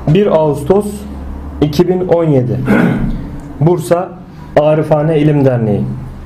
1 Ağustos 2017 Bursa Arifane İlim Derneği.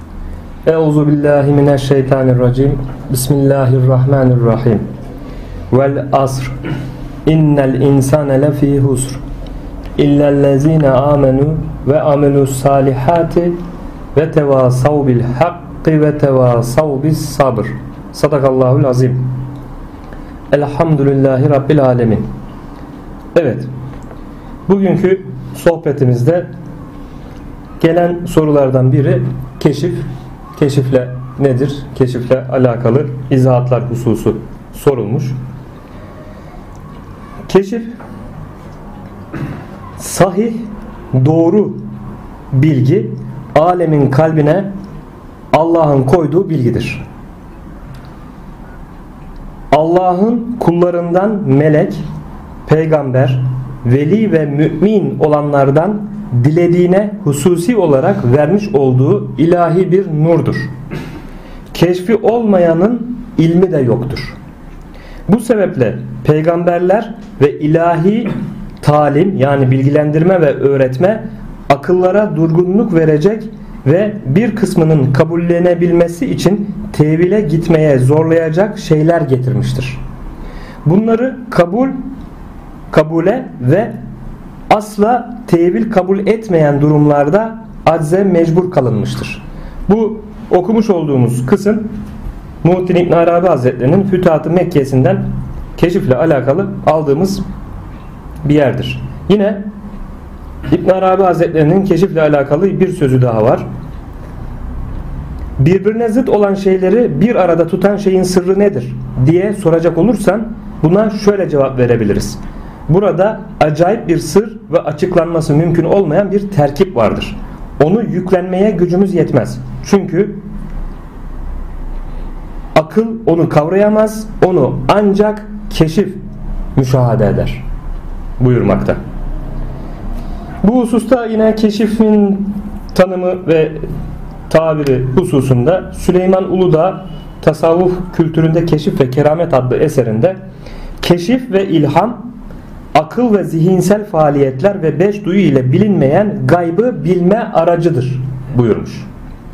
Euzubillahimineşşeytanirracim. Bismillahirrahmanirrahim. Vel asr. İnnel insane lefî husr. İllellezîne âmenû ve amelus salihâti ve tevâsav bil hakkı ve tevâsav bis sabr. Sadakallahul azim. Elhamdülillahi Rabbil alemin. Evet, bugünkü sohbetimizde gelen sorulardan biri keşif. Keşifle nedir? Keşifle alakalı izahatlar hususu sorulmuş. Keşif, sahih, doğru bilgi, alemin kalbine Allah'ın koyduğu bilgidir. Allah'ın kullarından melek, peygamber, veli ve mümin olanlardan dilediğine hususi olarak vermiş olduğu ilahi bir nurdur. Keşfi olmayanın ilmi de yoktur. Bu sebeple peygamberler ve ilahi talim, yani bilgilendirme ve öğretme, akıllara durgunluk verecek ve bir kısmının kabullenebilmesi için tevile gitmeye zorlayacak şeyler getirmiştir. Bunları kabule ve asla tevil kabul etmeyen durumlarda acze mecbur kalınmıştır. Bu okumuş olduğumuz kısım Muhittin İbn Arabi Hazretleri'nin Fütuhat-ı Mekke'sinden keşifle alakalı aldığımız bir yerdir. Yine İbn Arabi Hazretleri'nin keşifle alakalı bir sözü daha var. Birbirine zıt olan şeyleri bir arada tutan şeyin sırrı nedir diye soracak olursan buna şöyle cevap verebiliriz. Burada acayip bir sır ve açıklanması mümkün olmayan bir terkip vardır. Onu yüklenmeye gücümüz yetmez. Çünkü akıl onu kavrayamaz, onu ancak keşif müşahede eder buyurmakta. Bu hususta yine keşifin tanımı ve tabiri hususunda Süleyman Uludağ Tasavvuf Kültüründe Keşif ve Keramet adlı eserinde keşif ve ilham, akıl ve zihinsel faaliyetler ve beş duyu ile bilinmeyen gaybı bilme aracıdır buyurmuş.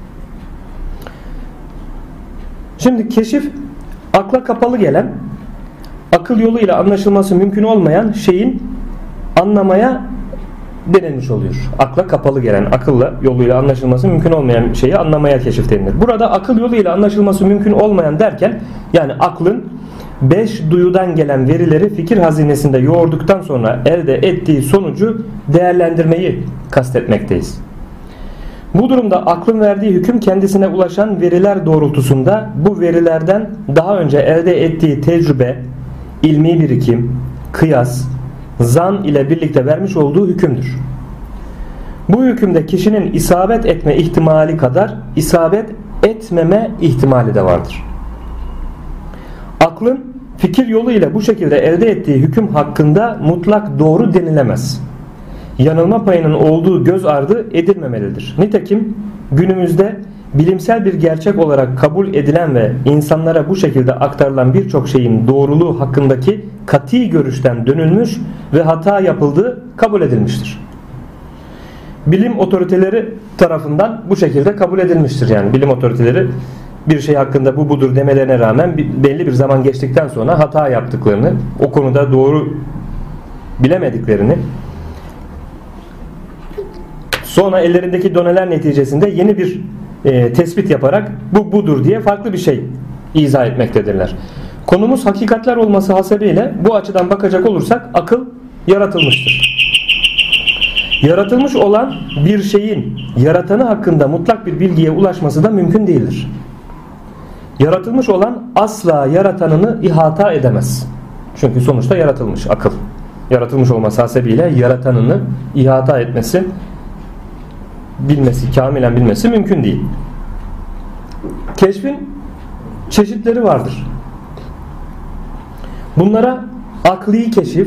Şimdi keşif, akla kapalı gelen, akıl yoluyla anlaşılması mümkün olmayan şeyin anlamaya denilmiş oluyor. Akla kapalı gelen, akılla yoluyla anlaşılması mümkün olmayan şeyi anlamaya keşif denilir. Burada akıl yoluyla anlaşılması mümkün olmayan derken, yani aklın 5 duyudan gelen verileri fikir hazinesinde yoğurduktan sonra elde ettiği sonucu değerlendirmeyi kastetmekteyiz. Bu durumda aklın verdiği hüküm kendisine ulaşan veriler doğrultusunda bu verilerden daha önce elde ettiği tecrübe, ilmi birikim, kıyas, zan ile birlikte vermiş olduğu hükümdür. Bu hükümde kişinin isabet etme ihtimali kadar isabet etmeme ihtimali de vardır. Aklın fikir yoluyla bu şekilde elde ettiği hüküm hakkında mutlak doğru denilemez. Yanılma payının olduğu göz ardı edilmemelidir. Nitekim günümüzde bilimsel bir gerçek olarak kabul edilen ve insanlara bu şekilde aktarılan birçok şeyin doğruluğu hakkındaki kati görüşten dönülmüş ve hata yapıldığı kabul edilmiştir. Bilim otoriteleri tarafından bu şekilde kabul edilmiştir. Yani bilim otoriteleri bir şey hakkında bu budur demelerine rağmen belli bir zaman geçtikten sonra hata yaptıklarını, o konuda doğru bilemediklerini, sonra ellerindeki doneler neticesinde yeni bir tespit yaparak bu budur diye farklı bir şey izah etmektedirler. Konumuz hakikatler olması hasebiyle bu açıdan bakacak olursak akıl yaratılmıştır. Yaratılmış olan bir şeyin yaratanı hakkında mutlak bir bilgiye ulaşması da mümkün değildir. Yaratılmış olan asla yaratanını ihata edemez. Çünkü sonuçta yaratılmış akıl. Yaratılmış olması hasebiyle yaratanını ihata etmesi, bilmesi, kamilen bilmesi mümkün değil. Keşfin çeşitleri vardır. Bunlara akli keşif,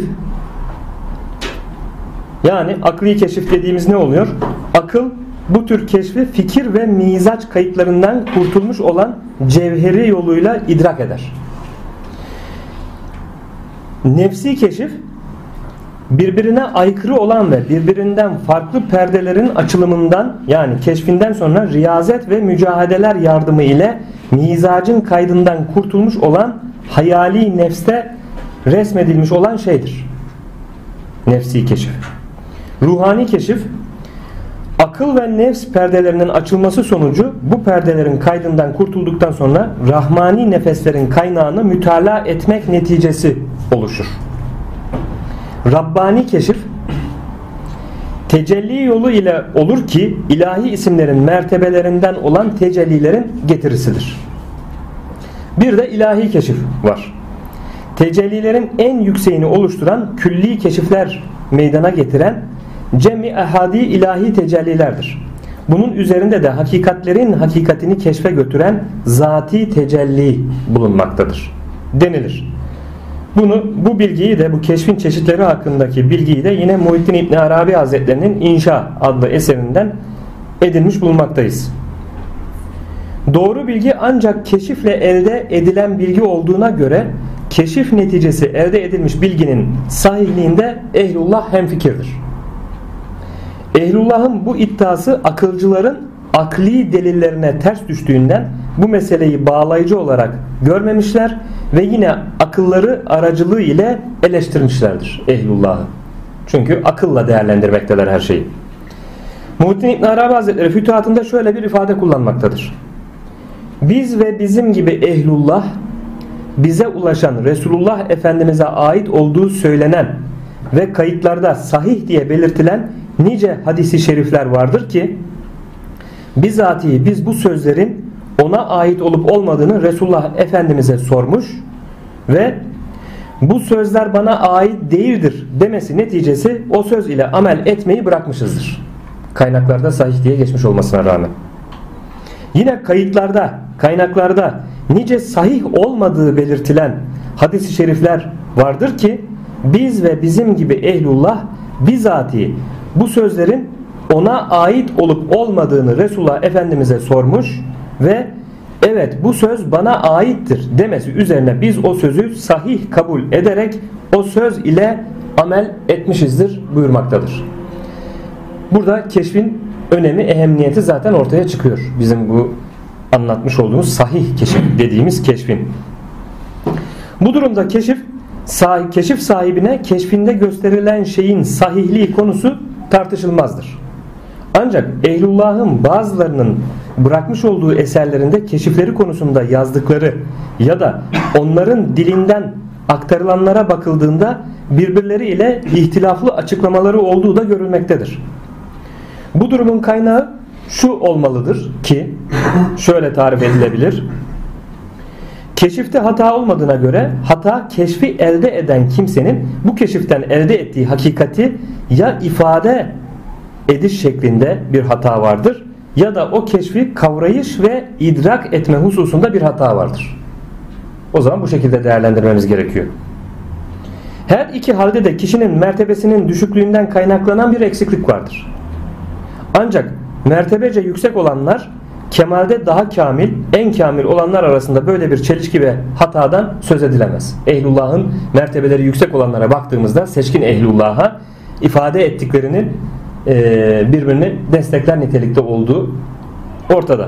yani akli keşif dediğimiz ne oluyor? Akıl bu tür keşfi fikir ve mizaç kayıtlarından kurtulmuş olan cevheri yoluyla idrak eder. Nefsi keşif, birbirine aykırı olan ve birbirinden farklı perdelerin açılımından yani keşfinden sonra riyazet ve mücahedeler yardımı ile mizacın kaydından kurtulmuş olan hayali nefste resmedilmiş olan şeydir. Nefsi keşif. Ruhani keşif, akıl ve nefs perdelerinin açılması sonucu bu perdelerin kaydından kurtulduktan sonra rahmani nefeslerin kaynağını mütalaa etmek neticesi oluşur. Rabbani keşif, tecelli yolu ile olur ki ilahi isimlerin mertebelerinden olan tecellilerin getirisidir. Bir de ilahi keşif var. Tecellilerin en yükseğini oluşturan külli keşifler meydana getiren cem-i ehadi ilahi tecellilerdir. Bunun üzerinde de hakikatlerin hakikatini keşfe götüren zati tecelli bulunmaktadır denilir. Bu bilgiyi de, bu keşfin çeşitleri hakkındaki bilgiyi de yine Muhittin İbn Arabi Hazretlerinin İnşa adlı eserinden edinmiş bulunmaktayız. Doğru bilgi ancak keşifle elde edilen bilgi olduğuna göre keşif neticesi elde edilmiş bilginin sahihliğinde ehlullah hemfikirdir. Ehlullah'ın bu iddiası akılcıların akli delillerine ters düştüğünden bu meseleyi bağlayıcı olarak görmemişler ve yine akılları aracılığı ile eleştirmişlerdir ehlullah'ı. Çünkü akılla değerlendirmekteler her şeyi. Muhittin İbn Arabi Hazretleri Fütuhatında şöyle bir ifade kullanmaktadır. Biz ve bizim gibi ehlullah bize ulaşan Resulullah Efendimiz'e ait olduğu söylenen ve kayıtlarda sahih diye belirtilen nice hadisi şerifler vardır ki bizatihi biz bu sözlerin ona ait olup olmadığını Resulullah Efendimiz'e sormuş ve bu sözler bana ait değildir demesi neticesi o söz ile amel etmeyi bırakmışızdır. Kaynaklarda sahih diye geçmiş olmasına rağmen. Yine kayıtlarda, kaynaklarda nice sahih olmadığı belirtilen hadis-i şerifler vardır ki biz ve bizim gibi ehlullah bizatihi bu sözlerin ona ait olup olmadığını Resulullah Efendimiz'e sormuş ve evet bu söz bana aittir demesi üzerine biz o sözü sahih kabul ederek o söz ile amel etmişizdir buyurmaktadır. Burada keşfin önemi, ehemmiyeti zaten ortaya çıkıyor. Bizim bu anlatmış olduğumuz sahih keşif dediğimiz keşfin. Bu durumda keşif sahibine keşfinde gösterilen şeyin sahihliği konusu tartışılmazdır. Ancak ehlullah'ın bazılarının bırakmış olduğu eserlerinde keşifleri konusunda yazdıkları ya da onların dilinden aktarılanlara bakıldığında birbirleriyle ihtilaflı açıklamaları olduğu da görülmektedir. Bu durumun kaynağı şu olmalıdır ki şöyle tarif edilebilir. Keşifte hata olmadığına göre hata keşfi elde eden kimsenin bu keşiften elde ettiği hakikati ya ifade ediş şeklinde bir hata vardır ya da o keşfi kavrayış ve idrak etme hususunda bir hata vardır. O zaman bu şekilde değerlendirmemiz gerekiyor. Her iki halde de kişinin mertebesinin düşüklüğünden kaynaklanan bir eksiklik vardır. Ancak mertebece yüksek olanlar kemalde daha kamil, en kamil olanlar arasında böyle bir çelişki ve hatadan söz edilemez. Ehlullah'ın mertebeleri yüksek olanlara baktığımızda seçkin ehlullah'a ifade ettiklerinin birbirini destekler nitelikte olduğu ortada.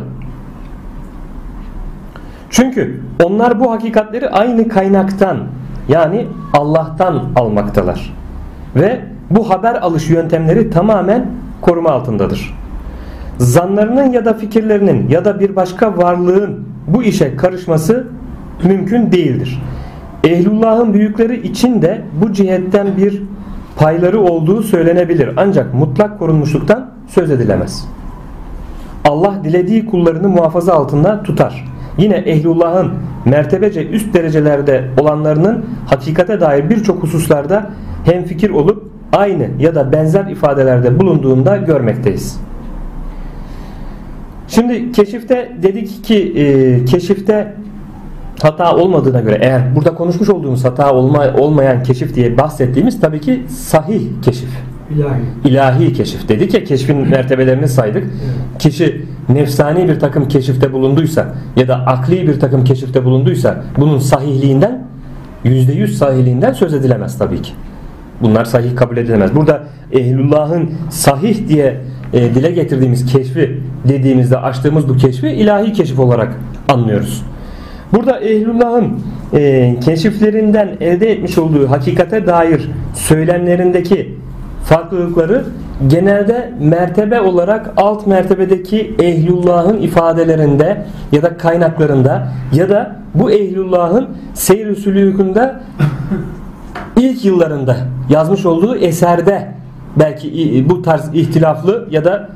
Çünkü onlar bu hakikatleri aynı kaynaktan yani Allah'tan almaktalar. Ve bu haber alış yöntemleri tamamen koruma altındadır. Zanlarının ya da fikirlerinin ya da bir başka varlığın bu işe karışması mümkün değildir. Ehlullah'ın büyükleri için de bu cihetten bir payları olduğu söylenebilir. Ancak mutlak korunmuşluktan söz edilemez. Allah dilediği kullarını muhafaza altında tutar. Yine ehlullah'ın mertebece üst derecelerde olanlarının hakikate dair birçok hususlarda hemfikir olup aynı ya da benzer ifadelerde bulunduğunda görmekteyiz. Şimdi keşifte dedik ki keşifte hata olmadığına göre eğer burada konuşmuş olduğumuz hata olmayan keşif diye bahsettiğimiz tabii ki sahih keşif. İlahi keşif dedik ya, keşfin mertebelerini saydık. Evet. Kişi nefsani bir takım keşifte bulunduysa ya da akli bir takım keşifte bulunduysa bunun sahihliğinden %100 sahihliğinden söz edilemez tabii ki. Bunlar sahih kabul edilemez. Burada ehlullahın sahih diye dile getirdiğimiz keşfi dediğimizde açtığımız bu keşfi ilahi keşif olarak anlıyoruz. Burada ehlullahın keşiflerinden elde etmiş olduğu hakikate dair söylemlerindeki farklılıkları genelde mertebe olarak alt mertebedeki ehlullahın ifadelerinde ya da kaynaklarında ya da bu ehlullahın seyr-i sülûkünde ilk yıllarında yazmış olduğu eserde belki bu tarz ihtilaflı ya da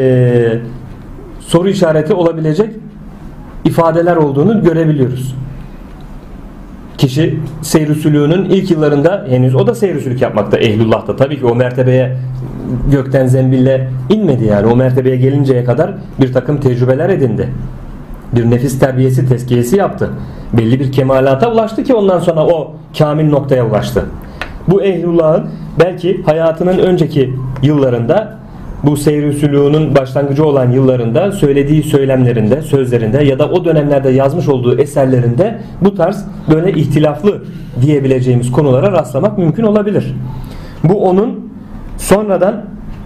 soru işareti olabilecek ifadeler olduğunu görebiliyoruz. Kişi seyr-i sülûkünün ilk yıllarında henüz o da seyr-i sülûk yapmakta ehlullah'ta. Tabii ki o mertebeye gökten zembille inmedi yani. O mertebeye gelinceye kadar bir takım tecrübeler edindi. Bir nefis terbiyesi, tezkiyesi yaptı. Belli bir kemalata ulaştı ki ondan sonra o kamil noktaya ulaştı. Bu ehlullah'ın belki hayatının önceki yıllarında bu seyr-i sülûkünün başlangıcı olan yıllarında söylediği söylemlerinde, sözlerinde ya da o dönemlerde yazmış olduğu eserlerinde bu tarz böyle ihtilaflı diyebileceğimiz konulara rastlamak mümkün olabilir. Bu onun sonradan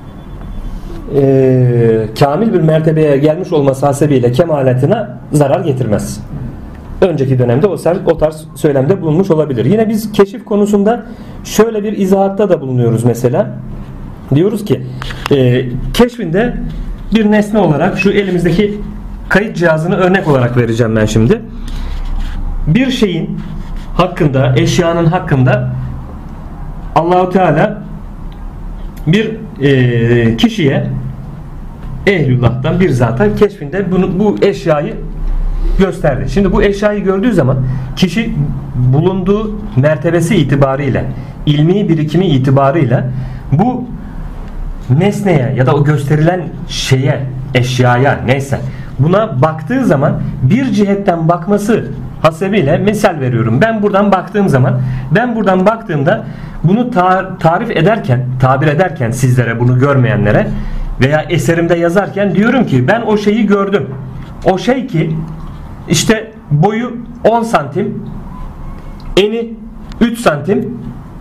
kamil bir mertebeye gelmiş olması hasebiyle kemalatına zarar getirmez. Önceki dönemde o tarz söylemde bulunmuş olabilir. Yine biz keşif konusunda şöyle bir izahatta da bulunuyoruz mesela. Diyoruz ki keşfinde bir nesne olarak şu elimizdeki kayıt cihazını örnek olarak vereceğim ben şimdi. Bir şeyin hakkında, eşyanın hakkında Allah-u Teala bir kişiye ehlullah'tan bir zata keşfinde bu eşyayı gösterdi. Şimdi bu eşyayı gördüğü zaman kişi bulunduğu mertebesi itibariyle, ilmi birikimi itibariyle bu nesneye ya da o gösterilen şeye, eşyaya neyse buna baktığı zaman bir cihetten bakması hasebiyle misal veriyorum. Ben buradan baktığımda bunu tarif ederken, tabir ederken sizlere, bunu görmeyenlere veya eserimde yazarken diyorum ki ben o şeyi gördüm. O şey ki işte boyu 10 santim, eni 3 santim,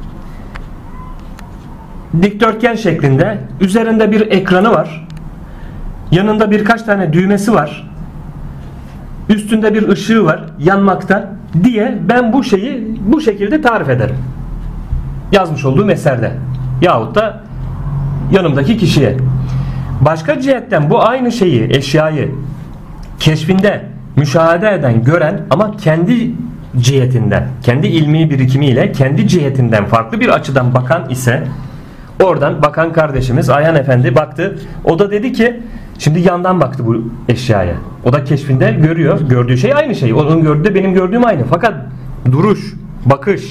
dikdörtgen şeklinde, üzerinde bir ekranı var, yanında birkaç tane düğmesi var, üstünde bir ışığı var yanmakta diye ben bu şeyi bu şekilde tarif ederim yazmış olduğum eserde yahut da yanımdaki kişiye. Başka cihetten bu aynı şeyi, eşyayı keşfinde müşahede eden, gören ama kendi cihetinden, kendi ilmi birikimiyle kendi cihetinden farklı bir açıdan bakan ise, oradan bakan kardeşimiz Ayhan Efendi baktı. O da dedi ki, şimdi yandan baktı bu eşyaya. O da keşfinde görüyor. Gördüğü şey aynı şey. Onun gördüğü de benim gördüğüm aynı. Fakat duruş, bakış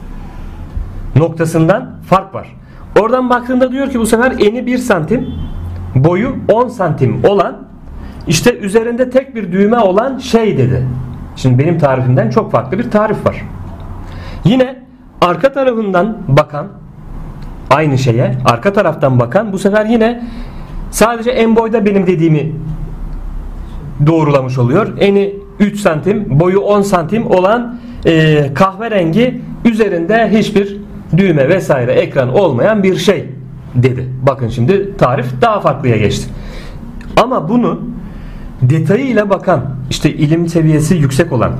noktasından fark var. Oradan baktığında diyor ki bu sefer eni 1 santim, boyu 10 santim olan, işte üzerinde tek bir düğme olan şey dedi. Şimdi benim tarifimden çok farklı bir tarif var. Yine arka tarafından bakan, aynı şeye arka taraftan bakan bu sefer yine sadece en boyda benim dediğimi doğrulamış oluyor. Eni 3 santim, boyu 10 santim olan kahverengi, üzerinde hiçbir düğme vesaire ekran olmayan bir şey dedi. Bakın şimdi tarif daha farklıya geçti. Ama bunu detayıyla bakan, işte ilim seviyesi yüksek olan,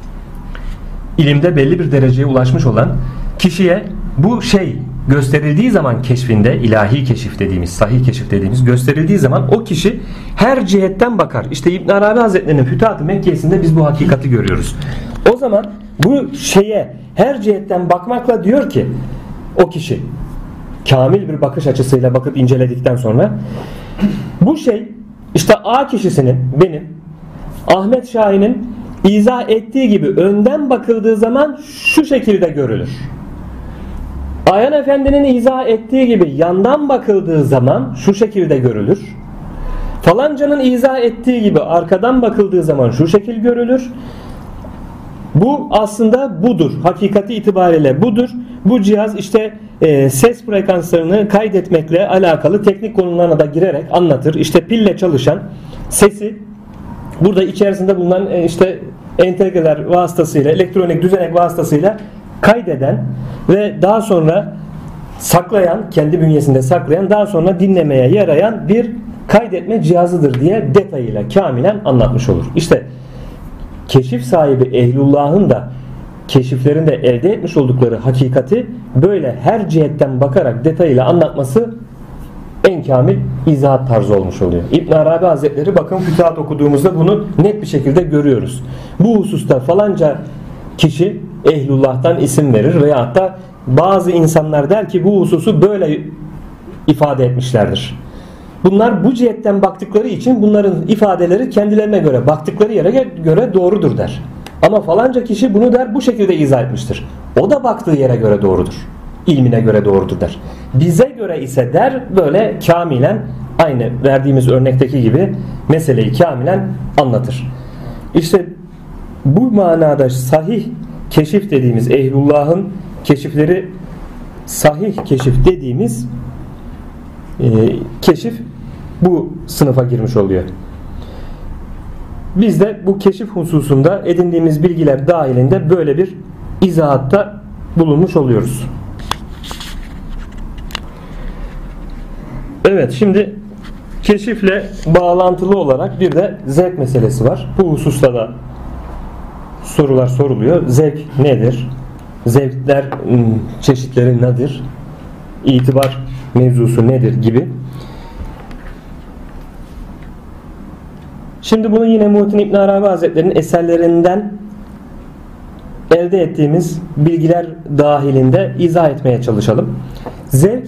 ilimde belli bir dereceye ulaşmış olan kişiye bu şey gösterildiği zaman keşfinde, ilahi keşif dediğimiz, sahih keşif dediğimiz gösterildiği zaman o kişi her cihetten bakar. İşte İbn Arabi Hazretleri'nin Fütuhat-ı Mekkiyesinde biz bu hakikati görüyoruz. O zaman bu şeye her cihetten bakmakla diyor ki o kişi kamil bir bakış açısıyla bakıp inceledikten sonra bu şey işte A kişisinin, benim Ahmet Şahin'in izah ettiği gibi önden bakıldığı zaman şu şekilde görülür. Ayhan Efendi'nin izah ettiği gibi yandan bakıldığı zaman şu şekilde görülür. Falancanın izah ettiği gibi arkadan bakıldığı zaman şu şekil görülür. Bu aslında budur. Hakikati itibariyle budur. Bu cihaz işte ses frekanslarını kaydetmekle alakalı teknik konularına da girerek anlatır. İşte pille çalışan sesi burada içerisinde bulunan işte entegreler vasıtasıyla, elektronik düzenek vasıtasıyla kaydeden ve daha sonra saklayan, kendi bünyesinde saklayan, daha sonra dinlemeye yarayan bir kaydetme cihazıdır diye detayıyla kamilen anlatmış olur. İşte keşif sahibi ehlullahın da keşiflerinde elde etmiş oldukları hakikati böyle her cihetten bakarak detayıyla anlatması en kamil izahat tarzı olmuş oluyor. İbn Arabi Hazretleri, bakın fütuhat okuduğumuzda bunu net bir şekilde görüyoruz. Bu hususta falanca kişi ehlullah'tan isim verir veyahut da bazı insanlar der ki bu hususu böyle ifade etmişlerdir. Bunlar bu cihetten baktıkları için bunların ifadeleri kendilerine göre, baktıkları yere göre doğrudur der. Ama falanca kişi bunu der, bu şekilde izah etmiştir. O da baktığı yere göre doğrudur. İlmine göre doğrudur der. Bize göre ise der, böyle kamilen aynı verdiğimiz örnekteki gibi meseleyi kamilen anlatır. İşte bu manada sahih keşif dediğimiz, ehlullah'ın keşifleri sahih keşif dediğimiz keşif bu sınıfa girmiş oluyor. Biz de bu keşif hususunda edindiğimiz bilgiler dahilinde böyle bir izahatta bulunmuş oluyoruz. Evet, şimdi keşifle bağlantılı olarak bir de zevk meselesi var. Bu hususta da sorular soruluyor. Zevk nedir? Zevkler çeşitleri nedir? İtibar mevzusu nedir gibi. Şimdi bunu yine Muhittin İbn Arabi Hazretleri'nin eserlerinden elde ettiğimiz bilgiler dahilinde izah etmeye çalışalım. Zevk,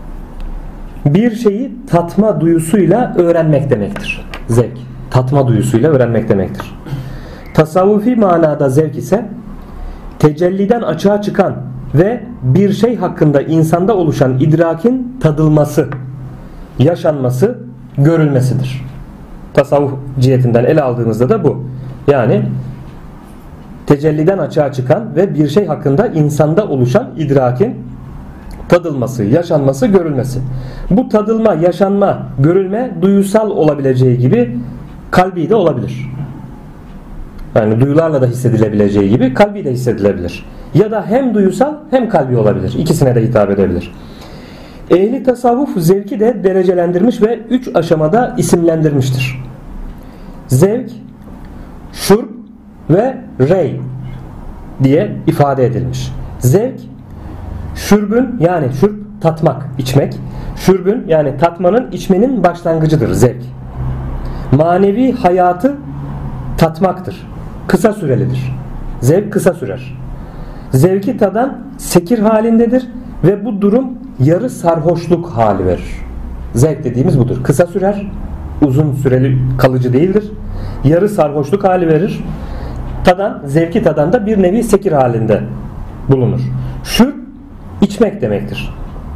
bir şeyi tatma duyusuyla öğrenmek demektir. Zevk, tatma duyusuyla öğrenmek demektir. Tasavvufi manada zevk ise tecelliden açığa çıkan ve bir şey hakkında insanda oluşan idrakin tadılması, yaşanması, görülmesidir. Tasavvuf cihetinden ele aldığımızda da bu. Yani tecelliden açığa çıkan ve bir şey hakkında insanda oluşan idrakin tadılması, yaşanması, görülmesi. Bu tadılma, yaşanma, görülme duyusal olabileceği gibi kalbi de olabilir. Yani duyularla da hissedilebileceği gibi kalbi de hissedilebilir. Ya da hem duyusal hem kalbi olabilir. İkisine de hitap edebilir. Ehli tasavvuf zevki de derecelendirmiş ve 3 aşamada isimlendirmiştir. Zevk, şurb ve rey diye ifade edilmiş. Zevk, şurbün, yani şurb tatmak, içmek. Şurbün, yani tatmanın, içmenin başlangıcıdır zevk. Manevi hayatı tatmaktır. Kısa sürelidir. Zevk kısa sürer. Zevki tadan sekir halindedir ve bu durum yarı sarhoşluk hali verir. Zevk dediğimiz budur. Kısa sürer, uzun süreli kalıcı değildir. Yarı sarhoşluk hali verir. Tadan, zevki tadan da bir nevi sekir halinde bulunur. Şurb, içmek demektir.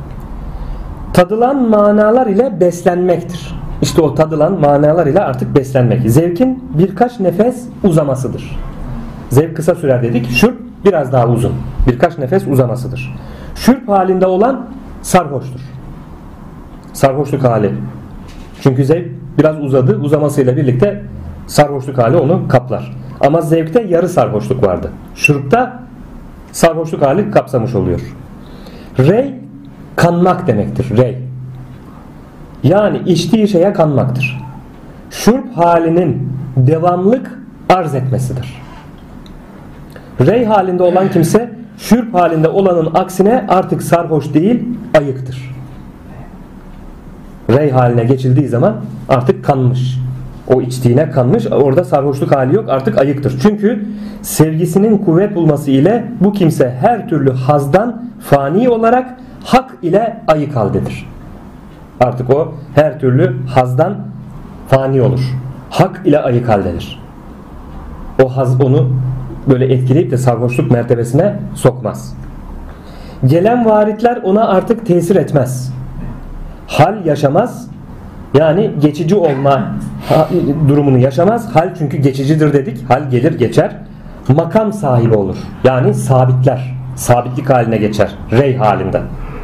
Tadılan manalar ile beslenmektir. İşte o tadılan manalar ile artık beslenmek. Zevkin birkaç nefes uzamasıdır. Zevk kısa sürer dedik. Şurb biraz daha uzun. Birkaç nefes uzamasıdır. Şurb halinde olan sarhoştur. Sarhoşluk hali. Çünkü zevk biraz uzadı. Uzamasıyla birlikte sarhoşluk hali onu kaplar. Ama zevkte yarı sarhoşluk vardı. Şurbda sarhoşluk hali kapsamış oluyor. Rey, kanmak demektir. Rey. Yani içtiği şeye kanmaktır. Şurb halinin devamlık arz etmesidir. Rey halinde olan kimse şurb halinde olanın aksine artık sarhoş değil, ayıktır. Rey haline geçildiği zaman artık kanmış. O içtiğine kanmış. Orada sarhoşluk hali yok, artık ayıktır. Çünkü sevgisinin kuvvet bulması ile bu kimse her türlü hazdan fani olarak hak ile ayık haldedir. Artık o her türlü hazdan fani olur. Hak ile ayık haldedir. O haz onu böyle etkileyip de sarhoşluk mertebesine sokmaz. Gelen varitler ona artık tesir etmez. Hal yaşamaz. Yani geçici olma durumunu yaşamaz. Hal çünkü geçicidir dedik. Hal gelir geçer. Makam sahibi olur. Yani sabitler. Sabitlik haline geçer. Rey halinde.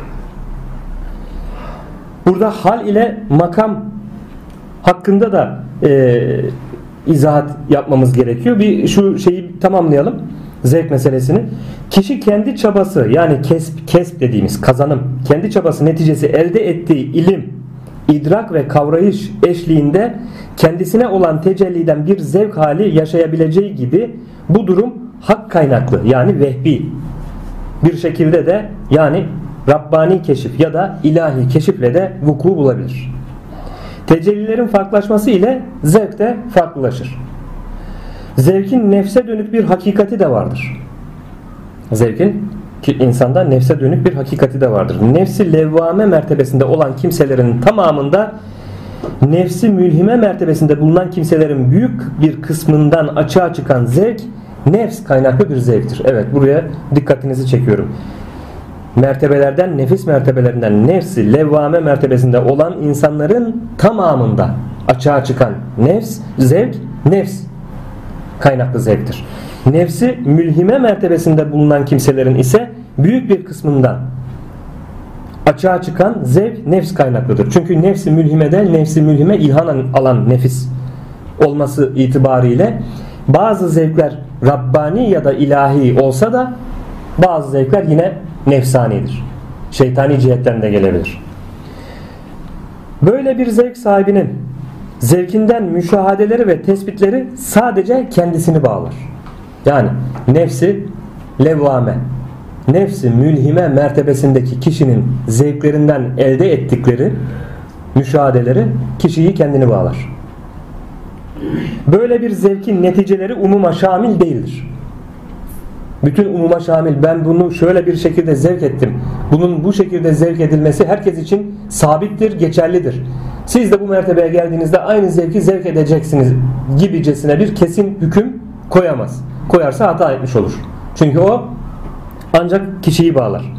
Burada hal ile makam hakkında da izahat yapmamız gerekiyor. Bir şu şeyi tamamlayalım. zevk meselesini. Kişi kendi çabası, yani kesp dediğimiz kazanım, kendi çabası neticesi elde ettiği ilim, idrak ve kavrayış eşliğinde kendisine olan tecelliden bir zevk hali yaşayabileceği gibi bu durum hak kaynaklı, yani vehbi bir şekilde de, yani Rabbani keşif ya da ilahi keşifle de vuku bulabilir. Tecellilerin farklılaşması ile zevk de farklılaşır. Zevkin nefse dönük bir hakikati de vardır. Zevkin insanda nefse dönük bir hakikati de vardır. Nefsi levvame mertebesinde olan kimselerin tamamında, nefsi mülhime mertebesinde bulunan kimselerin büyük bir kısmından açığa çıkan zevk nefs kaynaklı bir zevktir. Evet, buraya dikkatinizi çekiyorum. Mertebelerden, nefis mertebelerinden nefsi levvame mertebesinde olan insanların tamamında açığa çıkan zevk nefs kaynaklı zevktir. Nefsi mülhime mertebesinde bulunan kimselerin ise büyük bir kısmından açığa çıkan zevk nefs kaynaklıdır. Çünkü nefsi mülhime ilham alan nefis olması itibariyle bazı zevkler Rabbani ya da ilahi olsa da bazı zevkler yine nefsanidir. Şeytani cihetten de gelebilir. Böyle bir zevk sahibinin zevkinden müşahadeleri ve tespitleri sadece kendisini bağlar. Yani nefsi levvame, nefsi mülhime mertebesindeki kişinin zevklerinden elde ettikleri müşahadeleri kişiyi kendini bağlar. Böyle bir zevkin neticeleri umuma şamil değildir. Bütün umuma şamil, ben bunu şöyle bir şekilde zevk ettim, bunun bu şekilde zevk edilmesi herkes için sabittir, geçerlidir, siz de bu mertebeye geldiğinizde aynı zevki zevk edeceksiniz gibicesine bir kesin hüküm koyamaz. Koyarsa hata etmiş olur. Çünkü o ancak kişiyi bağlar.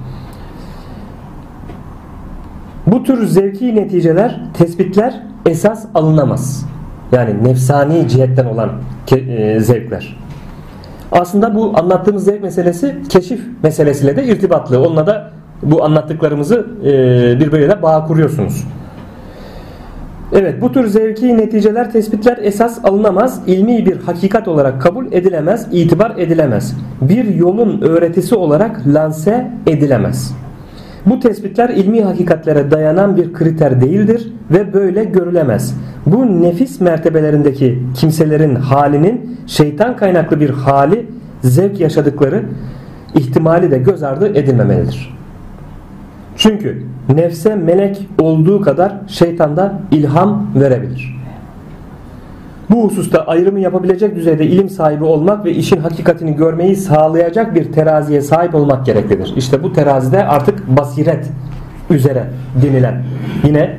Bu tür zevki neticeler, tespitler esas alınamaz. Yani nefsani cihetten olan zevkler. Aslında bu anlattığımız zevk meselesi keşif meselesiyle de irtibatlı. Onunla da bu anlattıklarımızı birbiriyle bağ kuruyorsunuz. Evet, bu tür zevki neticeler, tespitler esas alınamaz, ilmi bir hakikat olarak kabul edilemez, itibar edilemez. Bir yolun öğretisi olarak lanse edilemez. Bu tespitler ilmi hakikatlere dayanan bir kriter değildir ve böyle görülemez. Bu nefis mertebelerindeki kimselerin halinin şeytan kaynaklı bir hali, zevk yaşadıkları ihtimali de göz ardı edilmemelidir. Çünkü nefse melek olduğu kadar şeytan da ilham verebilir. Bu hususta ayrımı yapabilecek düzeyde ilim sahibi olmak ve işin hakikatini görmeyi sağlayacak bir teraziye sahip olmak gereklidir. İşte bu terazide artık basiret üzere denilen, yine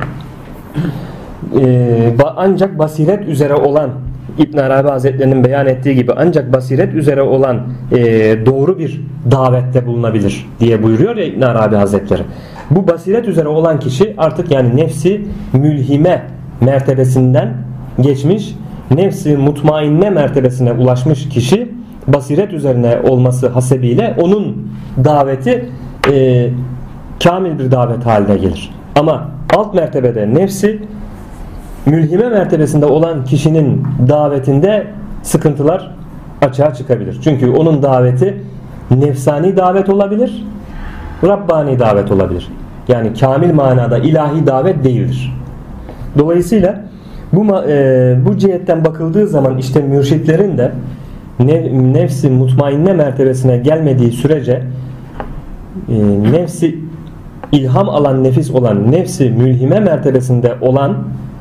ancak basiret üzere olan, İbn Arabi Hazretlerinin beyan ettiği gibi ancak basiret üzere olan doğru bir davette bulunabilir diye buyuruyor ya İbn Arabi Hazretleri. Bu basiret üzere olan kişi artık, yani nefsi mülhime mertebesinden geçmiş, nefsi mutmainne mertebesine ulaşmış kişi, basiret üzerine olması hasebiyle onun daveti kamil bir davet haline gelir. Ama alt mertebede nefsi mülhime mertebesinde olan kişinin davetinde sıkıntılar açığa çıkabilir. Çünkü onun daveti nefsani davet olabilir, Rabbani davet olabilir. Yani kamil manada ilahi davet değildir. Dolayısıyla bu cihetten bakıldığı zaman işte mürşitlerin de nefsi mutmainne mertebesine gelmediği sürece nefsi ilham alan nefis olan, nefsi mülhime mertebesinde olan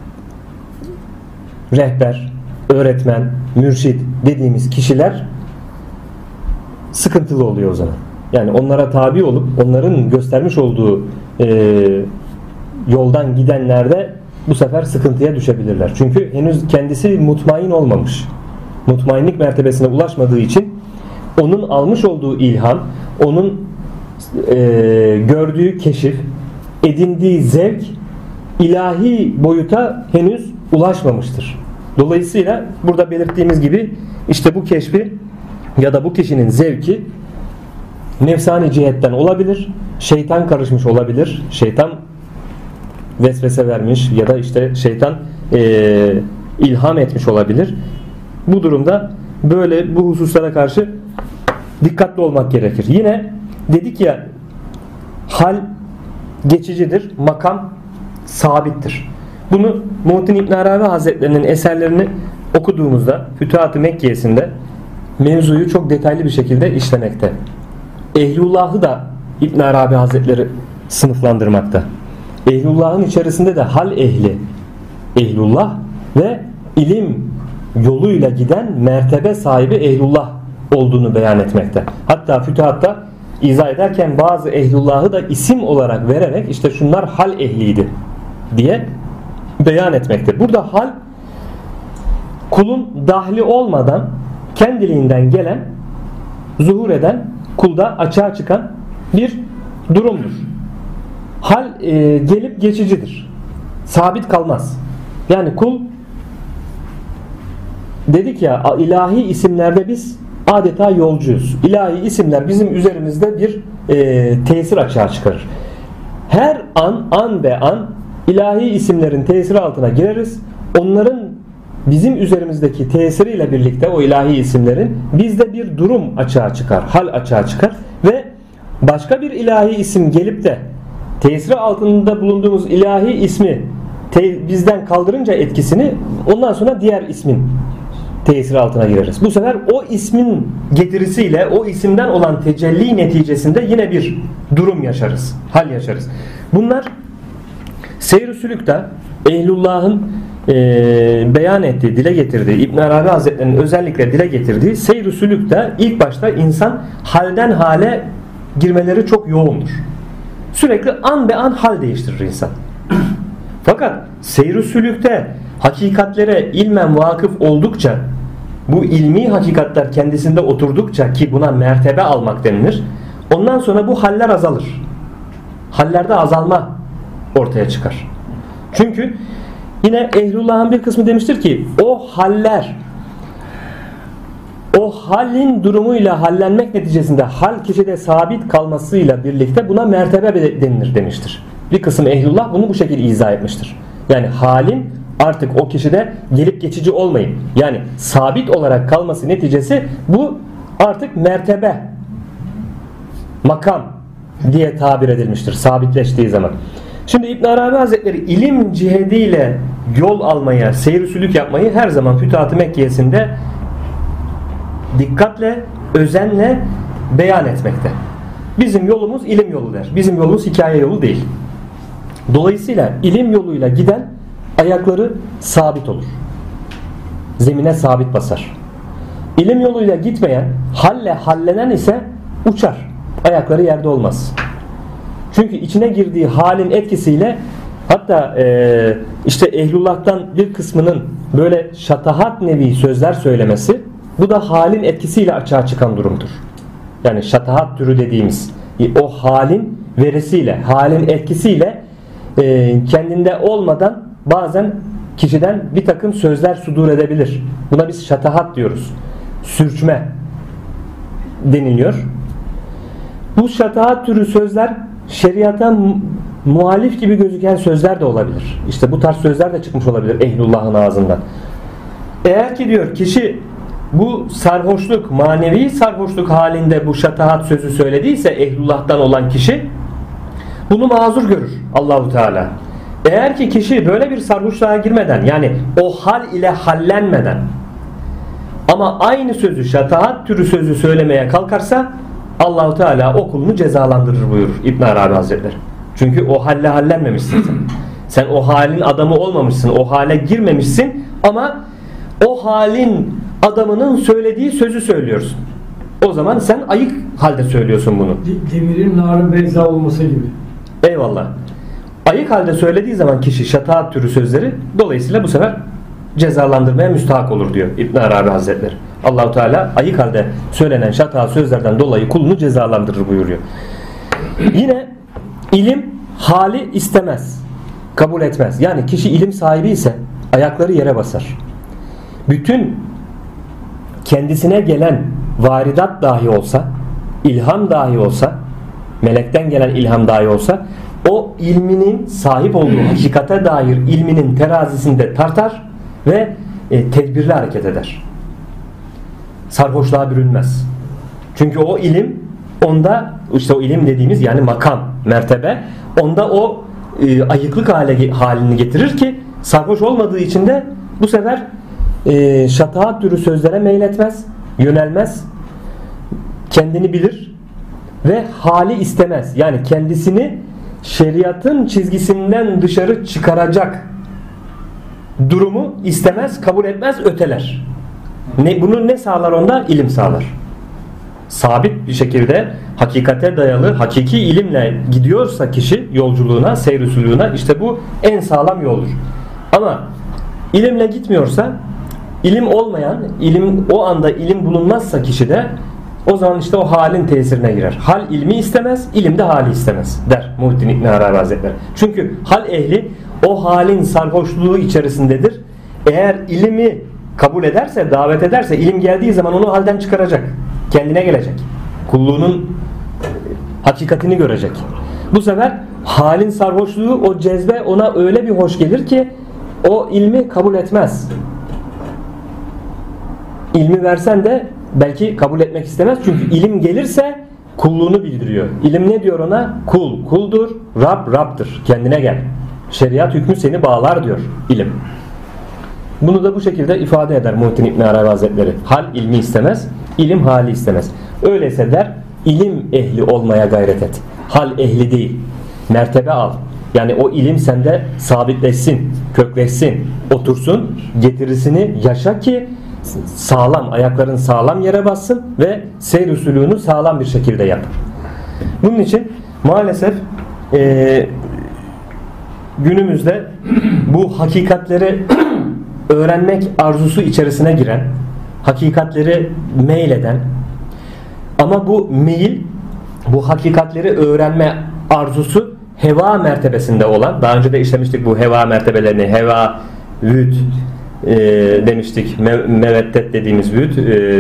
rehber, öğretmen, mürşit dediğimiz kişiler sıkıntılı oluyor o zaman. Yani onlara tabi olup onların göstermiş olduğu yoldan gidenler de bu sefer sıkıntıya düşebilirler. Çünkü henüz kendisi mutmain olmamış. Mutmainlik mertebesine ulaşmadığı için onun almış olduğu ilham, onun gördüğü keşif, edindiği zevk ilahi boyuta henüz ulaşmamıştır. Dolayısıyla burada belirttiğimiz gibi işte bu keşfi ya da bu kişinin zevki nefsani cihetten olabilir, şeytan karışmış olabilir, şeytan vesvese vermiş ya da işte şeytan ilham etmiş olabilir. Bu durumda böyle bu hususlara karşı dikkatli olmak gerekir. Yine dedik ya, hal geçicidir, makam sabittir. Bunu Muhittin İbn Arabi Hazretlerinin eserlerini okuduğumuzda Fütuhat-ı Mekkiyesinde mevzuyu çok detaylı bir şekilde işlemekte. Ehlullah'ı da İbn Arabi Hazretleri sınıflandırmakta. Ehlullah'ın içerisinde de hal ehli, ehlullah ve ilim yoluyla giden mertebe sahibi ehlullah olduğunu beyan etmekte. Hatta Fütuhat'ta izah ederken bazı ehlullahı da isim olarak vererek işte şunlar hal ehliydi diye beyan etmekte. Burada hal, kulun dahli olmadan kendiliğinden gelen, zuhur eden, kulda açığa çıkan bir durumdur. Hal gelip geçicidir. Sabit kalmaz. Yani kul, dedik ya, ilahi isimlerde biz adeta yolcuyuz. İlahi isimler bizim üzerimizde bir tesir açığa çıkarır. Her an be an ilahi isimlerin tesiri altına gireriz. Onların bizim üzerimizdeki tesiriyle birlikte o ilahi isimlerin bizde bir durum açığa çıkar, hal açığa çıkar ve başka bir ilahi isim gelip de tesiri altında bulunduğumuz ilahi ismi bizden kaldırınca etkisini, ondan sonra diğer ismin tesiri altına gireriz. Bu sefer o ismin getirisiyle o isimden olan tecelli neticesinde yine bir durum yaşarız, hal yaşarız. Bunlar Seyr-i Sülük'te Ehlullah'ın beyan ettiği, dile getirdiği, İbn Arabi Hazretleri'nin özellikle dile getirdiği Seyr-i Sülük'te ilk başta insan halden hale girmeleri çok yoğundur. Sürekli an be an hal değiştirir insan. Fakat Seyr-i Sülük'te hakikatlere ilmen vakıf oldukça, bu ilmi hakikatler kendisinde oturdukça, ki buna mertebe almak denilir, ondan sonra bu haller azalır. Hallerde azalma ortaya çıkar. Çünkü yine ehlullah'ın bir kısmı demiştir ki o haller, o halin durumuyla hallenmek neticesinde hal kişide sabit kalmasıyla birlikte buna mertebe denilir demiştir. Bir kısım ehlullah bunu bu şekilde izah etmiştir. Yani halin artık o kişide gelip geçici olmayıp, yani sabit olarak kalması neticesi bu artık mertebe, makam diye tabir edilmiştir sabitleştiği zaman. Şimdi İbn Arabi Hazretleri ilim cihetiyle yol almaya, seyr-i sülük yapmayı her zaman Fütuhat-ı Mekkiyesinde dikkatle, özenle beyan etmekte. Bizim yolumuz ilim yolu der. Bizim yolumuz hikaye yolu değil. Dolayısıyla ilim yoluyla giden ayakları sabit olur. Zemine sabit basar. İlim yoluyla gitmeyen, halle hallenen ise uçar. Ayakları yerde olmaz. Çünkü içine girdiği halin etkisiyle, hatta işte ehlullah'tan bir kısmının böyle şatahat nevi sözler söylemesi, bu da halin etkisiyle açığa çıkan durumdur. Yani şatahat türü dediğimiz o halin verisiyle, halin etkisiyle kendinde olmadan bazen kişiden bir takım sözler sudur edebilir. Buna biz şatahat diyoruz. Sürçme deniliyor. Bu şatahat türü sözler şeriata muhalif gibi gözüken sözler de olabilir. İşte bu tarz sözler de çıkmış olabilir ehlullah'ın ağzından. Eğer ki diyor kişi bu sarhoşluk, manevi sarhoşluk halinde bu şatahat sözü söylediyse ehlullah'tan olan kişi bunu mazur görür Allahu Teala. Eğer ki kişi böyle bir sarhoşluğa girmeden, yani o hal ile hallenmeden ama aynı sözü, şatahat türü sözü söylemeye kalkarsa Allahu Teala o kulunu cezalandırır buyurur İbn Arabi Hazretleri. Çünkü o halle hallenmemişsin sen. Sen o halin adamı olmamışsın, o hale girmemişsin ama o halin adamının söylediği sözü söylüyorsun. O zaman sen ayık halde söylüyorsun bunu. Demirin narın beyza olması gibi. Eyvallah. Ayık halde söylediği zaman kişi şataat türü sözleri, dolayısıyla bu sefer cezalandırmaya müstahak olur diyor İbn Arabi Hazretleri. Allahu Teala ayık halde söylenen şataat sözlerden dolayı kulunu cezalandırır buyuruyor. Yine ilim hali istemez, kabul etmez. Yani kişi ilim sahibi ise ayakları yere basar. Bütün kendisine gelen varidat dahi olsa, ilham dahi olsa, melekten gelen ilham dahi olsa, o ilminin sahip olduğu hakikate dair ilminin terazisinde tartar ve tedbirli hareket eder. Sarhoşluğa bürünmez. Çünkü o ilim onda, işte o ilim dediğimiz yani makam, mertebe onda o ayıklık halini getirir ki sarhoş olmadığı için de bu sefer şataat türü sözlere meyletmez, yönelmez, kendini bilir ve hali istemez. Yani kendisini şeriatın çizgisinden dışarı çıkaracak durumu istemez, kabul etmez, öteler. Bunu ne sağlar onda? İlim sağlar. Sabit bir şekilde hakikate dayalı hakiki ilimle gidiyorsa kişi yolculuğuna, seyr-i işte bu en sağlam yoldur. Ama ilimle gitmiyorsa, ilim olmayan, ilim o anda ilim bulunmazsa kişide, o zaman işte o halin tesirine girer. Hal ilmi istemez, ilim de hali istemez der Muhittin İbn Arabi Hazretleri. Çünkü hal ehli o halin sarhoşluğu içerisindedir. Eğer ilimi kabul ederse, davet ederse, ilim geldiği zaman onu halden çıkaracak. Kendine gelecek. Kulluğunun hakikatini görecek. Bu sefer halin sarhoşluğu, o cezbe ona öyle bir hoş gelir ki o ilmi kabul etmez. İlmi versen de belki kabul etmek istemez. Çünkü ilim gelirse kulluğunu bildiriyor. İlim ne diyor ona? Kul kuldur, Rab Rab'dır. Kendine gel. Şeriat hükmü seni bağlar diyor ilim. Bunu da bu şekilde ifade eder Muhittin İbn Arabi Hazretleri. Hal ilmi istemez, ilim hali istemez. Öyleyse der, ilim ehli olmaya gayret et. Hal ehli değil. Mertebe al. Yani o ilim sende sabitleşsin, kökleşsin, otursun, getirisini yaşa ki sağlam, ayakların sağlam yere bassın ve seyr usulünü sağlam bir şekilde yap. Bunun için maalesef günümüzde bu hakikatleri öğrenmek arzusu içerisine giren, hakikatleri meyleden ama bu meyil, bu hakikatleri öğrenme arzusu heva mertebesinde olan, daha önce de işlemiştik bu heva mertebelerini, heva, vüd demiştik, meveddet dediğimiz vüd,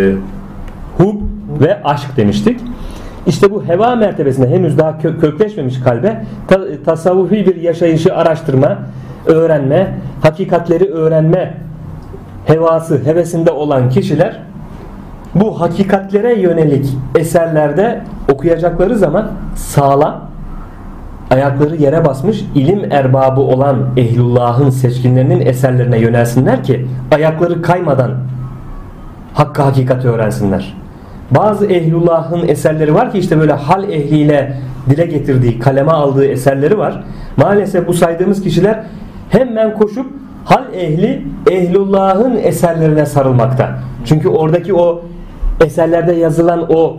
hub ve aşk demiştik. İşte bu heva mertebesinde henüz daha kökleşmemiş kalbe tasavvufi bir yaşayışı araştırma, öğrenme, hakikatleri öğrenme hevası, hevesinde olan kişiler bu hakikatlere yönelik eserlerde okuyacakları zaman sağlam, ayakları yere basmış ilim erbabı olan ehlullahın seçkinlerinin eserlerine yönelsinler ki ayakları kaymadan hakkı hakikati öğrensinler. Bazı ehlullahın eserleri var ki işte böyle hal ehliyle dile getirdiği, kaleme aldığı eserleri var. Maalesef bu saydığımız kişiler hemen koşup hal ehli, ehlullahın eserlerine sarılmakta. Çünkü oradaki o eserlerde yazılan o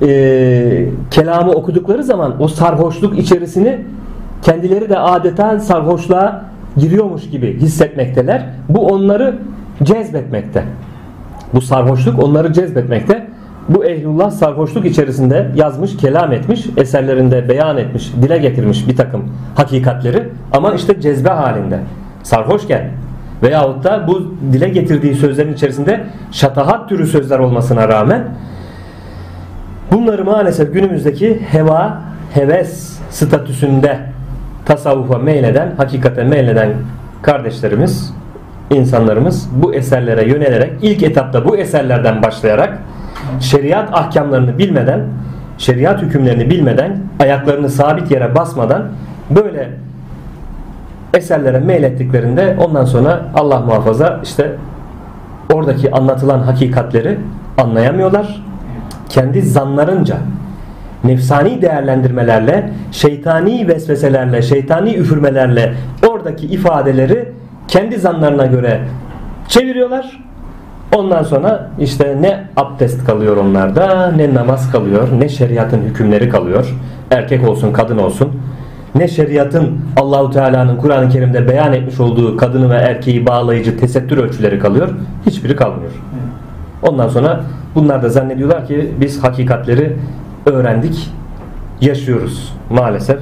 kelamı okudukları zaman o sarhoşluk içerisini kendileri de adeta sarhoşluğa giriyormuş gibi hissetmekteler. Bu onları cezbetmekte. Bu sarhoşluk onları cezbetmekte. Bu ehlullah sarhoşluk içerisinde yazmış, kelam etmiş, eserlerinde beyan etmiş, dile getirmiş bir takım hakikatleri ama işte cezbe halinde, sarhoşken veyahut da bu dile getirdiği sözlerin içerisinde şatahat türü sözler olmasına rağmen bunları maalesef günümüzdeki heva, heves statüsünde tasavvufa meyleden, hakikate meyleden kardeşlerimiz, insanlarımız bu eserlere yönelerek ilk etapta bu eserlerden başlayarak şeriat ahkamlarını bilmeden, şeriat hükümlerini bilmeden, ayaklarını sabit yere basmadan böyle eserlere meylettiklerinde ondan sonra Allah muhafaza işte oradaki anlatılan hakikatleri anlayamıyorlar. Kendi zanlarınca, nefsani değerlendirmelerle, şeytani vesveselerle, şeytani üfürmelerle oradaki ifadeleri kendi zanlarına göre çeviriyorlar. Ondan sonra işte ne abdest kalıyor onlarda, ne namaz kalıyor, ne şeriatın hükümleri kalıyor. Erkek olsun, kadın olsun. Ne şeriatın Allahu Teala'nın Kur'an-ı Kerim'de beyan etmiş olduğu kadını ve erkeği bağlayıcı tesettür ölçüleri kalıyor. Hiçbiri kalmıyor. Ondan sonra bunlar da zannediyorlar ki biz hakikatleri öğrendik, yaşıyoruz. Maalesef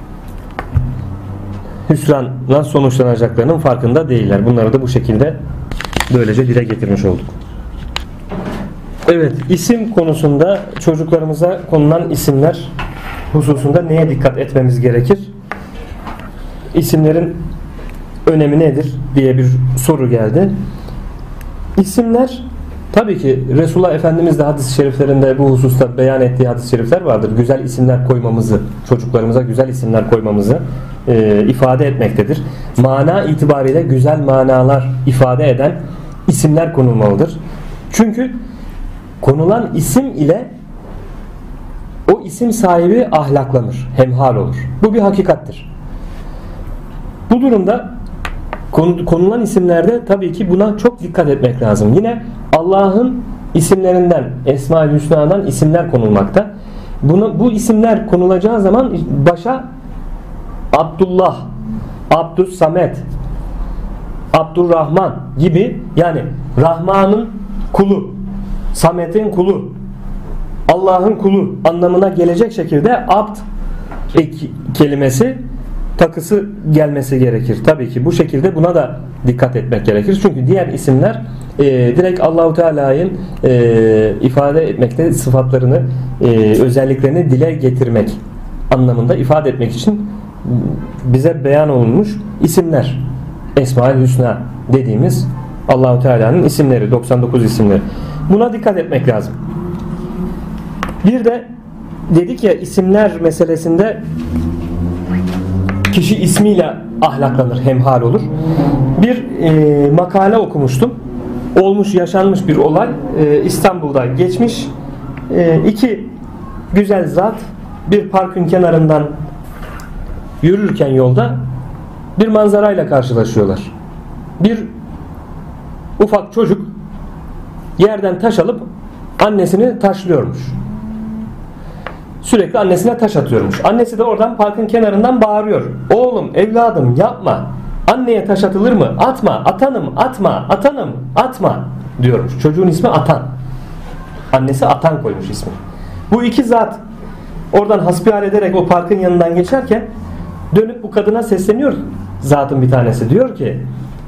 hüsranla sonuçlanacaklarının farkında değiller. Bunları da bu şekilde böylece dile getirmiş olduk. Evet, isim konusunda çocuklarımıza konulan isimler hususunda neye dikkat etmemiz gerekir? İsimlerin önemi nedir diye bir soru geldi. İsimler Tabii ki Resulullah Efendimiz de hadis-i şeriflerinde bu hususta beyan ettiği hadis-i şerifler vardır. Güzel isimler koymamızı, çocuklarımıza güzel isimler koymamızı ifade etmektedir. Mana itibariyle güzel manalar ifade eden isimler konulmalıdır. Çünkü konulan isim ile o isim sahibi ahlaklanır, hemhal olur. Bu bir hakikattir. Bu durumda konulan isimlerde tabii ki buna çok dikkat etmek lazım. Yine Allah'ın isimlerinden, Esma-ül Hüsna'dan isimler konulmakta. Bu isimler konulacağı zaman başa Abdullah, Abdus Samet, Abdurrahman gibi, yani Rahman'ın kulu, Samet'in kulu, Allah'ın kulu anlamına gelecek şekilde abd kelimesi takısı gelmesi gerekir. Tabii ki bu şekilde buna da dikkat etmek gerekir. Çünkü diğer isimler direkt Allahu Teala'nın ifade etmekte, sıfatlarını, özelliklerini dile getirmek anlamında ifade etmek için bize beyan olunmuş isimler. Esma-ül Hüsna dediğimiz Allahu Teala'nın isimleri, 99 isimleri. Buna dikkat etmek lazım. Bir de dedik ya, isimler meselesinde kişi ismiyle ahlaklanır, hemhal olur. Bir makale okumuştum. Olmuş, yaşanmış bir olay. İstanbul'da geçmiş. İki güzel zat bir parkın kenarından yürürken yolda bir manzarayla karşılaşıyorlar. Bir ufak çocuk yerden taş alıp annesini taşlıyormuş. Sürekli annesine taş atıyormuş. Annesi de oradan parkın kenarından bağırıyor. Oğlum, evladım, yapma. Anneye taş atılır mı? Atma, atanım, atma, atanım, atma diyormuş. Çocuğun ismi Atan. Annesi Atan koymuş ismi. Bu iki zat oradan hasbihal ederek o parkın yanından geçerken dönüp bu kadına sesleniyor. Zatın bir tanesi diyor ki,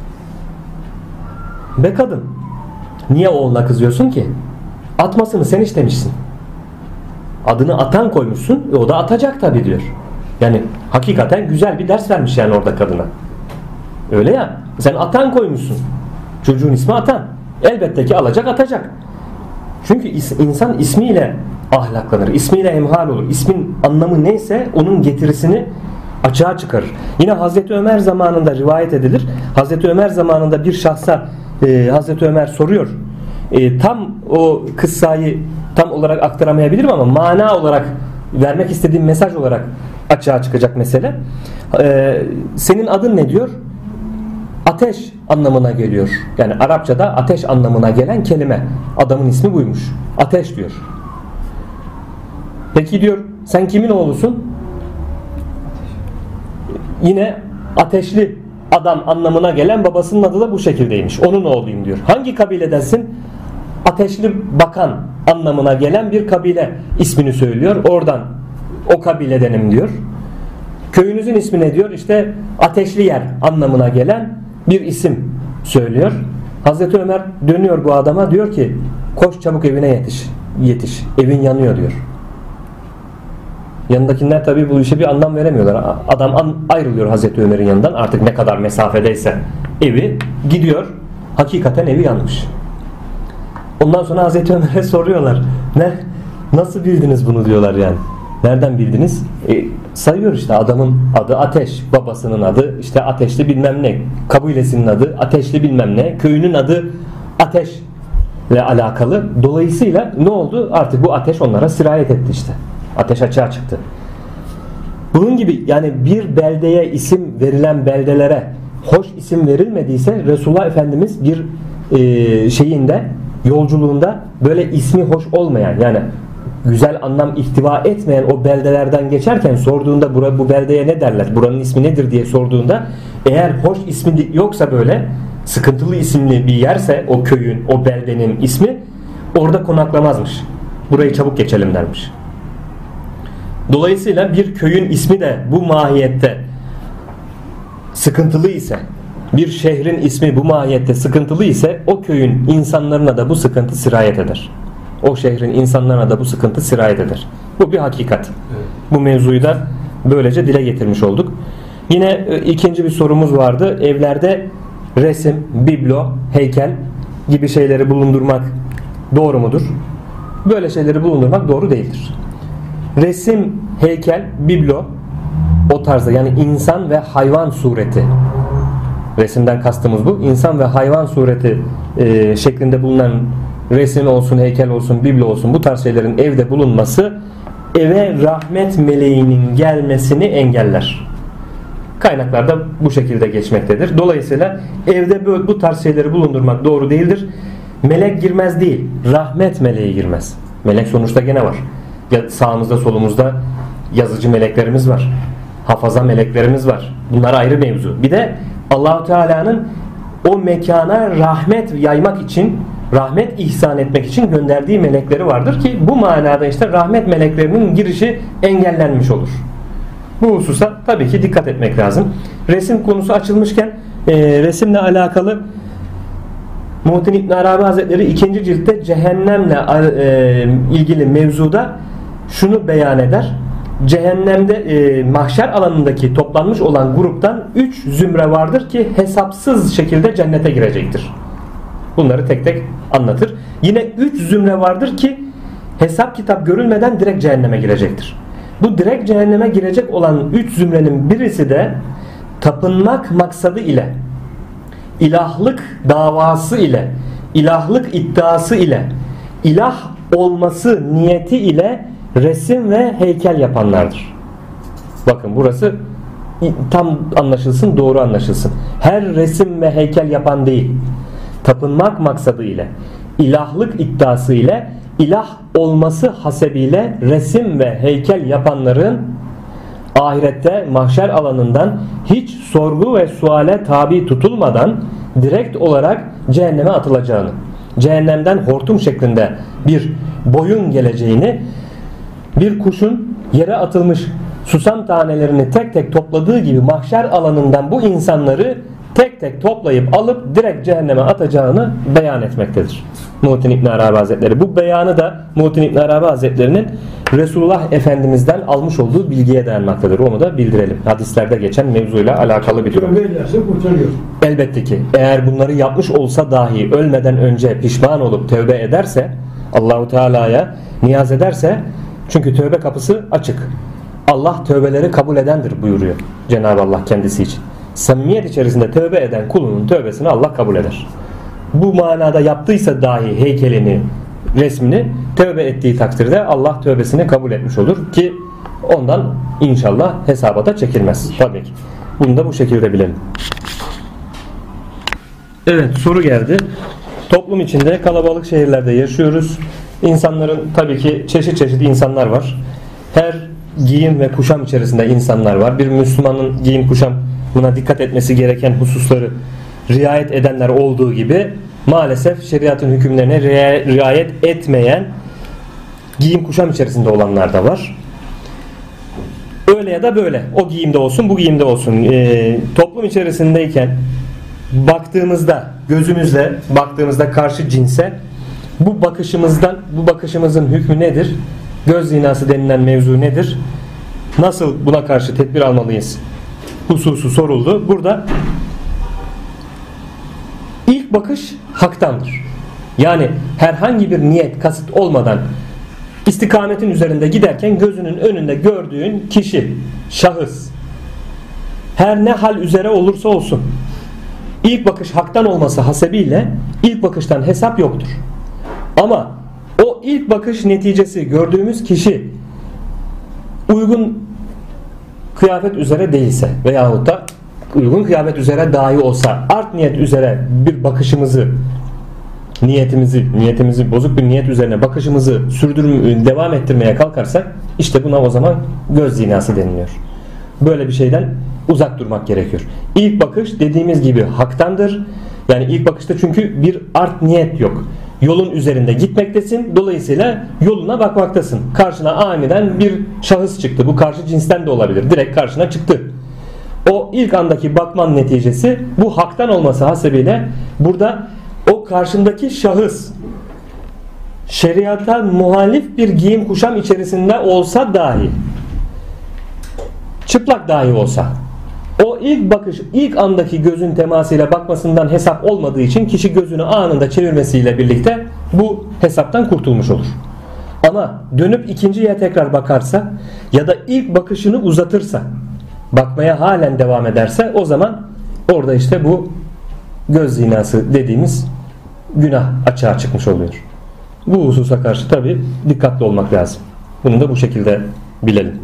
be kadın, niye oğluna kızıyorsun ki? Atmasını sen istemişsin. Adını Atan koymuşsun, o da atacak tabii diyor. Yani hakikaten güzel bir ders vermiş yani orada kadına. Öyle ya, sen Atan koymuşsun. Çocuğun ismi Atan. Elbette ki alacak, atacak. Çünkü insan ismiyle ahlaklanır, ismiyle emhal olur. İsmin anlamı neyse onun getirisini açığa çıkarır. Yine Hazreti Ömer zamanında rivayet edilir. Hazreti Ömer zamanında bir şahsa Hazreti Ömer soruyor. Tam o kıssayı tam olarak aktaramayabilirim ama mana olarak vermek istediğim mesaj olarak açığa çıkacak mesele. Senin adın ne diyor? Ateş anlamına geliyor. Yani Arapçada ateş anlamına gelen kelime. Adamın ismi buymuş. Ateş diyor. Peki diyor, sen kimin oğlusun? Yine ateşli adam anlamına gelen, babasının adı da bu şekildeymiş. Onun oğluyum diyor. Hangi kabiledensin? Ateşli bakan anlamına gelen bir kabile ismini söylüyor. Oradan o kabiledenim diyor. Köyünüzün ismi ne diyor? İşte ateşli yer anlamına gelen bir isim söylüyor. Hazreti Ömer dönüyor bu adama, diyor ki koş çabuk evine yetiş. Evin yanıyor diyor. Yanındakiler tabii bu işe bir anlam veremiyorlar. Adam ayrılıyor Hazreti Ömer'in yanından, artık ne kadar mesafedeyse evi, gidiyor. Hakikaten evi yanmış. Ondan sonra Hazreti Ömer'e soruyorlar. Nasıl bildiniz bunu diyorlar yani. Nereden bildiniz? Sayıyor işte, adamın adı Ateş, babasının adı işte Ateşli bilmem ne, kabilesinin adı Ateşli bilmem ne, köyünün adı Ateş ile alakalı. Dolayısıyla ne oldu? Artık bu ateş onlara sirayet etti işte. Ateş açığa çıktı. Bunun gibi yani bir beldeye isim verilen beldelere hoş isim verilmediyse Resulullah Efendimiz bir yolculuğunda böyle ismi hoş olmayan, yani güzel anlam ihtiva etmeyen o beldelerden geçerken sorduğunda bu beldeye ne derler, buranın ismi nedir diye sorduğunda, eğer hoş ismi yoksa, böyle sıkıntılı isimli bir yerse o köyün, o beldenin ismi, orada konaklamazmış. Burayı çabuk geçelim dermiş. Dolayısıyla bir köyün ismi de bu mahiyette sıkıntılı ise, bir şehrin ismi bu mahiyette sıkıntılı ise, o köyün insanlarına da bu sıkıntı sirayet eder. O şehrin insanlarına da bu sıkıntı sirayet eder. Bu bir hakikat. Evet. Bu mevzuyu da böylece dile getirmiş olduk. Yine ikinci bir sorumuz vardı. Evlerde resim, biblo, heykel gibi şeyleri bulundurmak doğru mudur? Böyle şeyleri bulundurmak doğru değildir. Resim, heykel, biblo o tarzda, yani insan ve hayvan sureti, resimden kastımız bu. İnsan ve hayvan sureti şeklinde bulunan resim olsun, heykel olsun, biblo olsun, bu tarz şeylerin evde bulunması eve rahmet meleğinin gelmesini engeller. Kaynaklarda bu şekilde geçmektedir. Dolayısıyla evde bu tarz şeyleri bulundurmak doğru değildir. Melek girmez değil, rahmet meleği girmez. Melek sonuçta gene var. Sağımızda solumuzda yazıcı meleklerimiz var. Hafaza meleklerimiz var. Bunlar ayrı mevzu. Bir de Allah-u Teala'nın o mekana rahmet yaymak için, rahmet ihsan etmek için gönderdiği melekleri vardır ki bu manada işte rahmet meleklerinin girişi engellenmiş olur. Bu hususa tabii ki dikkat etmek lazım. Resim konusu açılmışken resimle alakalı Muhittin İbn Arabi Hazretleri 2. ciltte cehennemle ilgili mevzuda şunu beyan eder. Cehennemde mahşer alanındaki toplanmış olan gruptan 3 zümre vardır ki hesapsız şekilde cennete girecektir. Bunları tek tek anlatır. Yine 3 zümre vardır ki hesap kitap görülmeden direkt cehenneme girecektir. Bu direkt cehenneme girecek olan 3 zümrenin birisi de tapınmak maksadı ile, ilahlık davası ile, ilahlık iddiası ile, ilah olması niyeti ile resim ve heykel yapanlardır. Bakın burası tam anlaşılsın, doğru anlaşılsın. Her resim ve heykel yapan değil, tapınmak maksadı ile, ilahlık iddiası ile, ilah olması hasebiyle resim ve heykel yapanların ahirette mahşer alanından hiç sorgu ve suale tabi tutulmadan direkt olarak cehenneme atılacağını, cehennemden hortum şeklinde bir boyun geleceğini, bir kuşun yere atılmış susam tanelerini tek tek topladığı gibi mahşer alanından bu insanları tek tek toplayıp alıp direkt cehenneme atacağını beyan etmektedir Muhittin İbn Arabi Hazretleri. Bu beyanı da Muhittin İbn Arabi Hazretleri'nin Resulullah Efendimiz'den almış olduğu bilgiye dayanmaktadır. Onu da bildirelim. Hadislerde geçen mevzuyla alakalı bir durum. Elbette ki eğer bunları yapmış olsa dahi ölmeden önce pişman olup tövbe ederse, Allahu Teala'ya niyaz ederse, çünkü tövbe kapısı açık. Allah tövbeleri kabul edendir buyuruyor Cenab-ı Allah kendisi için. Samimiyet içerisinde tövbe eden kulunun tövbesini Allah kabul eder. Bu manada yaptıysa dahi heykelini, resmini tövbe ettiği takdirde Allah tövbesini kabul etmiş olur ki ondan inşallah hesaba da çekilmez. Tabii ki. Bunu da bu şekilde bilelim. Evet, soru geldi. Toplum içinde kalabalık şehirlerde yaşıyoruz. İnsanların tabii ki çeşit çeşit insanlar var. Her giyim ve kuşam içerisinde insanlar var. Bir Müslümanın giyim kuşam buna dikkat etmesi gereken hususları riayet edenler olduğu gibi maalesef şeriatın hükümlerine riayet etmeyen giyim kuşam içerisinde olanlar da var. Öyle ya da böyle. O giyimde olsun, bu giyimde olsun. Toplum içerisindeyken baktığımızda, gözümüzle baktığımızda karşı cinse bu bakışımızın hükmü nedir? Göz zinası denilen mevzu nedir? Nasıl buna karşı tedbir almalıyız? Hususu soruldu. Burada ilk bakış haktandır. Yani herhangi bir niyet, kasıt olmadan istikametin üzerinde giderken gözünün önünde gördüğün kişi, şahıs, her ne hal üzere olursa olsun ilk bakış haktan olması hasebiyle ilk bakıştan hesap yoktur. Ama o ilk bakış neticesi gördüğümüz kişi uygun kıyafet üzere değilse veyahut da uygun kıyafet üzere dahi olsa art niyet üzere bir bakışımızı, niyetimizi bozuk bir niyet üzerine bakışımızı devam ettirmeye kalkarsak işte buna o zaman göz zinası deniliyor. Böyle bir şeyden uzak durmak gerekiyor. İlk bakış dediğimiz gibi haktandır. Yani ilk bakışta çünkü bir art niyet yok. Yolun üzerinde gitmektesin. Dolayısıyla yoluna bakmaktasın. Karşına aniden bir şahıs çıktı. Bu karşı cinsten de olabilir. Direkt karşına çıktı. O ilk andaki bakman neticesi bu haktan olması hasebiyle burada o karşındaki şahıs şeriata muhalif bir giyim kuşam içerisinde olsa dahi, çıplak dahi olsa, o ilk bakış, ilk andaki gözün temasıyla bakmasından hesap olmadığı için kişi gözünü anında çevirmesiyle birlikte bu hesaptan kurtulmuş olur. Ama dönüp ikinciye tekrar bakarsa ya da ilk bakışını uzatırsa, bakmaya halen devam ederse, o zaman orada işte bu göz zinası dediğimiz günah açığa çıkmış oluyor. Bu hususa karşı tabi dikkatli olmak lazım. Bunu da bu şekilde bilelim.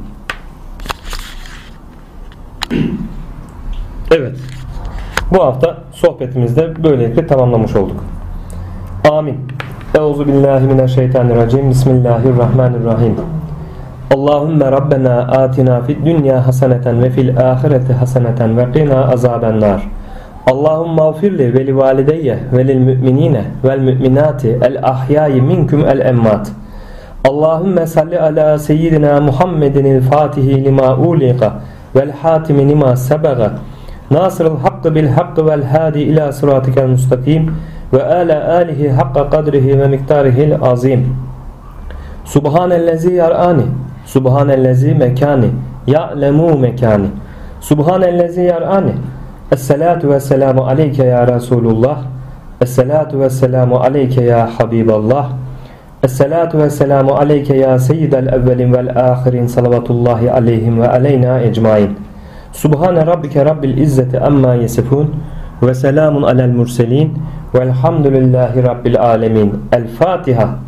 Evet. Bu hafta sohbetimizde böylelikle tamamlamış olduk. Amin. Euzubillahimineşşeytanirracim. Bismillahirrahmanirrahim. Allahümme Rabbena atina fid dünya haseneten ve fil ahireti haseneten ve qina azabennar. Allahümme ağfirli ve li valideyye ve lil müminine vel müminati el ahyayi minkum el emmat. Allahümme salli ala seyyidina Muhammedin fatihi lima uliqa vel hatimi lima sebaga nasırıl hakkı bil hakkı vel hadi ila sıratikel mustakim ve ala alihi hakka kadrihi ve miktarihil azim. Subhanellezi yar'ani, subhanellezi mekani, ya'lemu mekani, subhanellezi yar'ani. Esselatu vesselamu aleyke ya Resulullah, esselatu vesselamu aleyke ya Habiballah, esselatu vesselamu aleyke ya seyyidel evvelin vel ahirin, salavatullahi aleyhim ve aleyna ecmain. Subhane rabbike rabbil izzeti amma yesifun ve selamun alel murselin velhamdülillahi rabbil alemin. El Fatiha.